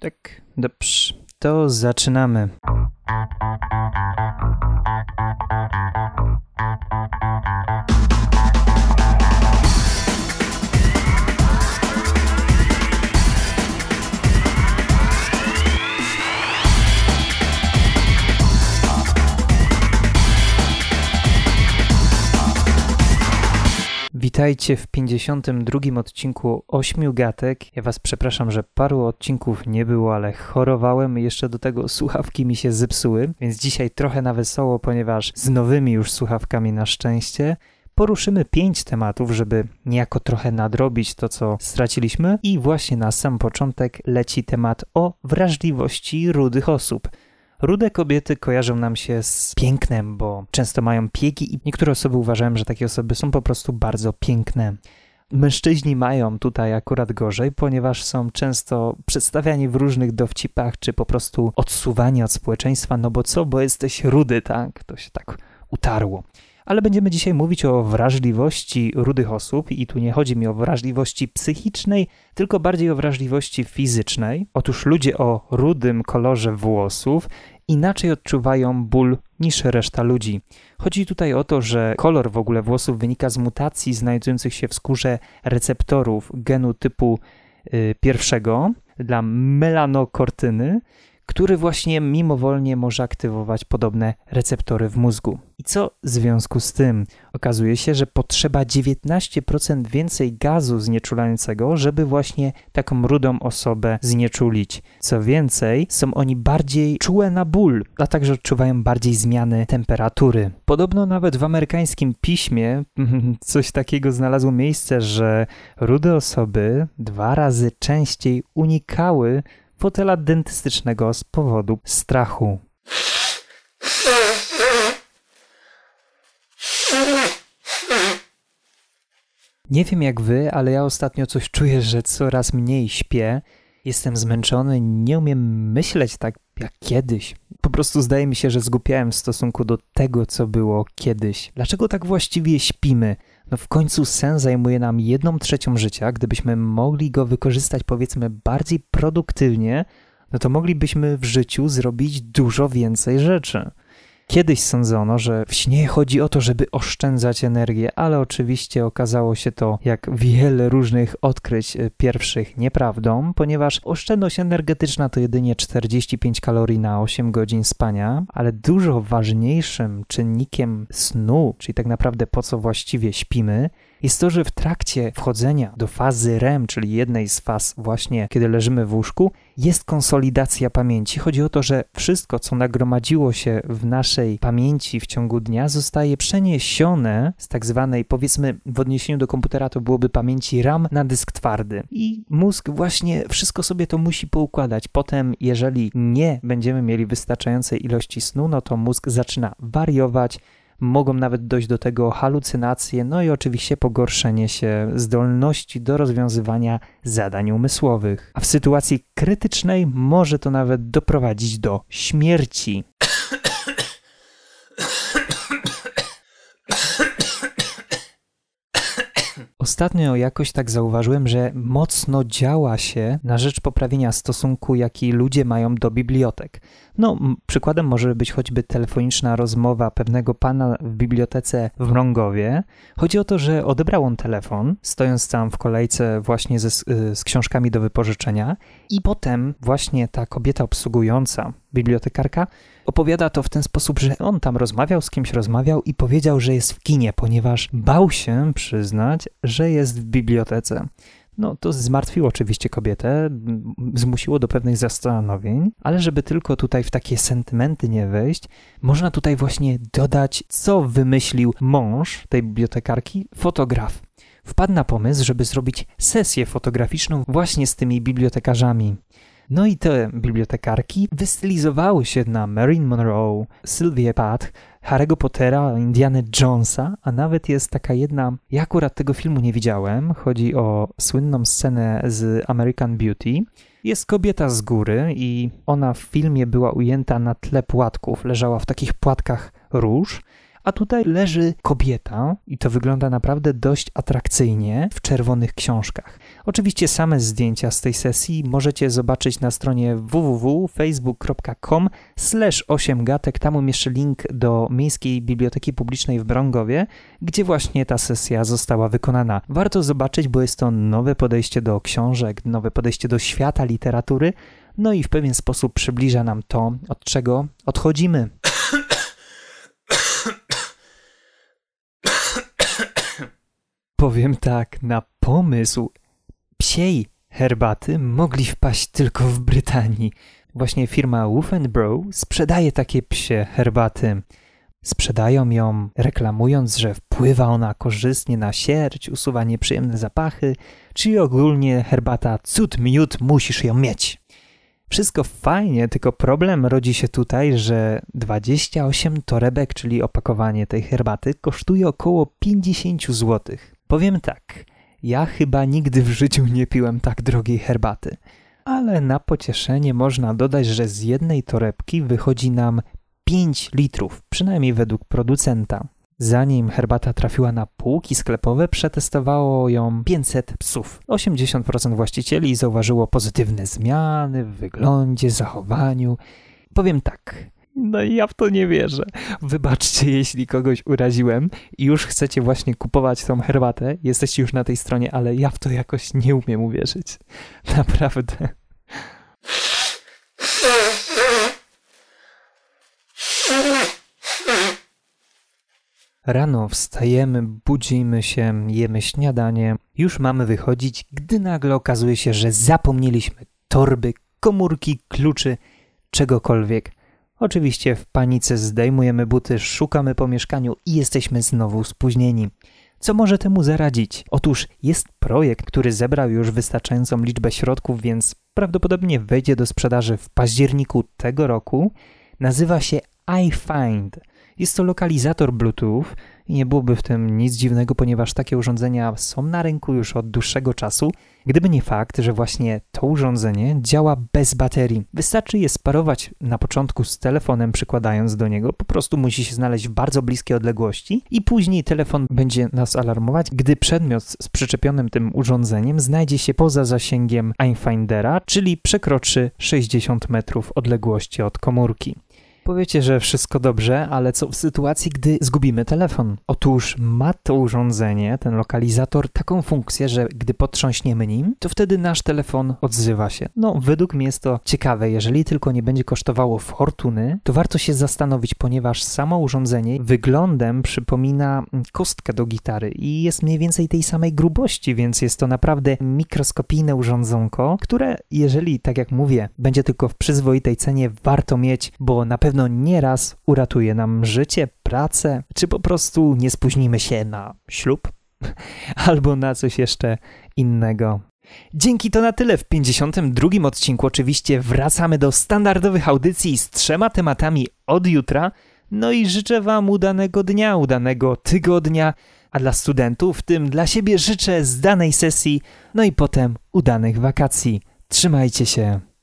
Tak, dobrze. To zaczynamy. Witajcie w 52. odcinku 8 gatek. Ja was przepraszam, że paru odcinków nie było, ale chorowałem i jeszcze do tego słuchawki mi się zepsuły, więc dzisiaj trochę na wesoło, ponieważ z nowymi już słuchawkami na szczęście poruszymy 5 tematów, żeby niejako trochę nadrobić to, co straciliśmy. I właśnie na sam początek leci temat o wrażliwości rudych osób. Rude kobiety kojarzą nam się z pięknem, bo często mają piegi i niektóre osoby uważają, że takie osoby są po prostu bardzo piękne. Mężczyźni mają tutaj akurat gorzej, ponieważ są często przedstawiani w różnych dowcipach, czy po prostu odsuwani od społeczeństwa, no bo co, bo jesteś rudy, tak? To się tak utarło. Ale będziemy dzisiaj mówić o wrażliwości rudych osób i tu nie chodzi mi o wrażliwości psychicznej, tylko bardziej o wrażliwości fizycznej. Otóż ludzie o rudym kolorze włosów inaczej odczuwają ból niż reszta ludzi. Chodzi tutaj o to, że kolor w ogóle włosów wynika z mutacji znajdujących się w skórze receptorów genu typu 1 dla melanokortyny, który właśnie mimowolnie może aktywować podobne receptory w mózgu. I co w związku z tym? Okazuje się, że potrzeba 19% więcej gazu znieczulającego, żeby właśnie taką rudą osobę znieczulić. Co więcej, są oni bardziej czułe na ból, a także odczuwają bardziej zmiany temperatury. Podobno nawet w amerykańskim piśmie coś takiego znalazło miejsce, że rude osoby 2 razy częściej unikały fotela dentystycznego z powodu strachu. Nie wiem jak wy, ale ja ostatnio coś czuję, że coraz mniej śpię. Jestem zmęczony, nie umiem myśleć tak jak kiedyś. Po prostu zdaje mi się, że zgłupiałem w stosunku do tego, co było kiedyś. Dlaczego tak właściwie śpimy? No w końcu sen zajmuje nam 1/3 życia. Gdybyśmy mogli go wykorzystać, powiedzmy, bardziej produktywnie, no to moglibyśmy w życiu zrobić dużo więcej rzeczy. Kiedyś sądzono, że w śnie chodzi o to, żeby oszczędzać energię, ale oczywiście okazało się to, jak wiele różnych odkryć pierwszych, nieprawdą, ponieważ oszczędność energetyczna to jedynie 45 kalorii na 8 godzin spania, ale dużo ważniejszym czynnikiem snu, czyli tak naprawdę po co właściwie śpimy, jest to, że w trakcie wchodzenia do fazy REM, czyli jednej z faz właśnie, kiedy leżymy w łóżku, jest konsolidacja pamięci. Chodzi o to, że wszystko, co nagromadziło się w naszej pamięci w ciągu dnia, zostaje przeniesione z tak zwanej, powiedzmy w odniesieniu do komputera to byłoby pamięci RAM na dysk twardy. I mózg właśnie wszystko sobie to musi poukładać. Potem, jeżeli nie będziemy mieli wystarczającej ilości snu, no to mózg zaczyna wariować, mogą nawet dojść do tego halucynacje, no i oczywiście pogorszenie się zdolności do rozwiązywania zadań umysłowych. A w sytuacji krytycznej może to nawet doprowadzić do śmierci. Ostatnio jakoś tak zauważyłem, że mocno działa się na rzecz poprawienia stosunku, jaki ludzie mają do bibliotek. No, przykładem może być choćby telefoniczna rozmowa pewnego pana w bibliotece w Mrągowie. Chodzi o to, że odebrał on telefon, stojąc tam w kolejce właśnie z książkami do wypożyczenia i potem właśnie ta kobieta obsługująca, bibliotekarka, opowiada to w ten sposób, że on tam rozmawiał, z kimś rozmawiał i powiedział, że jest w kinie, ponieważ bał się przyznać, że jest w bibliotece. No to zmartwiło oczywiście kobietę, zmusiło do pewnych zastanowień, ale żeby tylko tutaj w takie sentymenty nie wejść, można tutaj właśnie dodać, co wymyślił mąż tej bibliotekarki, fotograf. Wpadł na pomysł, żeby zrobić sesję fotograficzną właśnie z tymi bibliotekarzami. No i te bibliotekarki wystylizowały się na Marilyn Monroe, Sylvię Plath, Harry'ego Pottera, Indiana Jonesa, a nawet jest taka jedna, ja akurat tego filmu nie widziałem, chodzi o słynną scenę z American Beauty. Jest kobieta z góry i ona w filmie była ujęta na tle płatków, leżała w takich płatkach róż, A tutaj leży kobieta i to wygląda naprawdę dość atrakcyjnie w czerwonych książkach. Oczywiście same zdjęcia z tej sesji możecie zobaczyć na stronie www.facebook.com/8gatek. Tam umieszczę link do Miejskiej Biblioteki Publicznej w Brągowie, gdzie właśnie ta sesja została wykonana. Warto zobaczyć, bo jest to nowe podejście do książek, nowe podejście do świata literatury, no i w pewien sposób przybliża nam to, od czego odchodzimy. Powiem tak, na pomysł psiej herbaty mogli wpaść tylko w Brytanii. Właśnie firma Wolf & Bro sprzedaje takie psie herbaty. Sprzedają ją, reklamując, że wpływa ona korzystnie na sierść, usuwa nieprzyjemne zapachy, czyli ogólnie herbata cud miód, musisz ją mieć. Wszystko fajnie, tylko problem rodzi się tutaj, że 28 torebek, czyli opakowanie tej herbaty, kosztuje około 50 zł. Powiem tak, ja chyba nigdy w życiu nie piłem tak drogiej herbaty, ale na pocieszenie można dodać, że z jednej torebki wychodzi nam 5 litrów, przynajmniej według producenta. Zanim herbata trafiła na półki sklepowe, przetestowało ją 500 psów. 80% właścicieli zauważyło pozytywne zmiany w wyglądzie, zachowaniu. Powiem tak, no ja w to nie wierzę. Wybaczcie, jeśli kogoś uraziłem i już chcecie właśnie kupować tą herbatę, jesteście już na tej stronie, ale ja w to jakoś nie umiem uwierzyć. Naprawdę. Rano wstajemy, budzimy się, jemy śniadanie, już mamy wychodzić, gdy nagle okazuje się, że zapomnieliśmy torby, komórki, kluczy, czegokolwiek. Oczywiście w panice zdejmujemy buty, szukamy po mieszkaniu i jesteśmy znowu spóźnieni. Co może temu zaradzić? Otóż jest projekt, który zebrał już wystarczającą liczbę środków, więc prawdopodobnie wejdzie do sprzedaży w październiku tego roku. Nazywa się iFind. Jest to lokalizator Bluetooth i nie byłoby w tym nic dziwnego, ponieważ takie urządzenia są na rynku już od dłuższego czasu, gdyby nie fakt, że właśnie to urządzenie działa bez baterii. Wystarczy je sparować na początku z telefonem, przykładając do niego, po prostu musi się znaleźć w bardzo bliskiej odległości i później telefon będzie nas alarmować, gdy przedmiot z przyczepionym tym urządzeniem znajdzie się poza zasięgiem iFindera, czyli przekroczy 60 metrów odległości od komórki. Powiecie, że wszystko dobrze, ale co w sytuacji, gdy zgubimy telefon? Otóż ma to urządzenie, ten lokalizator, taką funkcję, że gdy potrząśniemy nim, to wtedy nasz telefon odzywa się. No, według mnie jest to ciekawe. Jeżeli tylko nie będzie kosztowało fortuny, to warto się zastanowić, ponieważ samo urządzenie wyglądem przypomina kostkę do gitary i jest mniej więcej tej samej grubości, więc jest to naprawdę mikroskopijne urządzonko, które, jeżeli, tak jak mówię, będzie tylko w przyzwoitej cenie, warto mieć, bo na pewno nieraz uratuje nam życie, pracę, czy po prostu nie spóźnimy się na ślub albo na coś jeszcze innego. Dzięki, to na tyle w 52. odcinku. Oczywiście wracamy do standardowych audycji z 3 tematami od jutra. No i życzę Wam udanego dnia, udanego tygodnia, a dla studentów, w tym dla siebie życzę zdanej sesji, no i potem udanych wakacji. Trzymajcie się.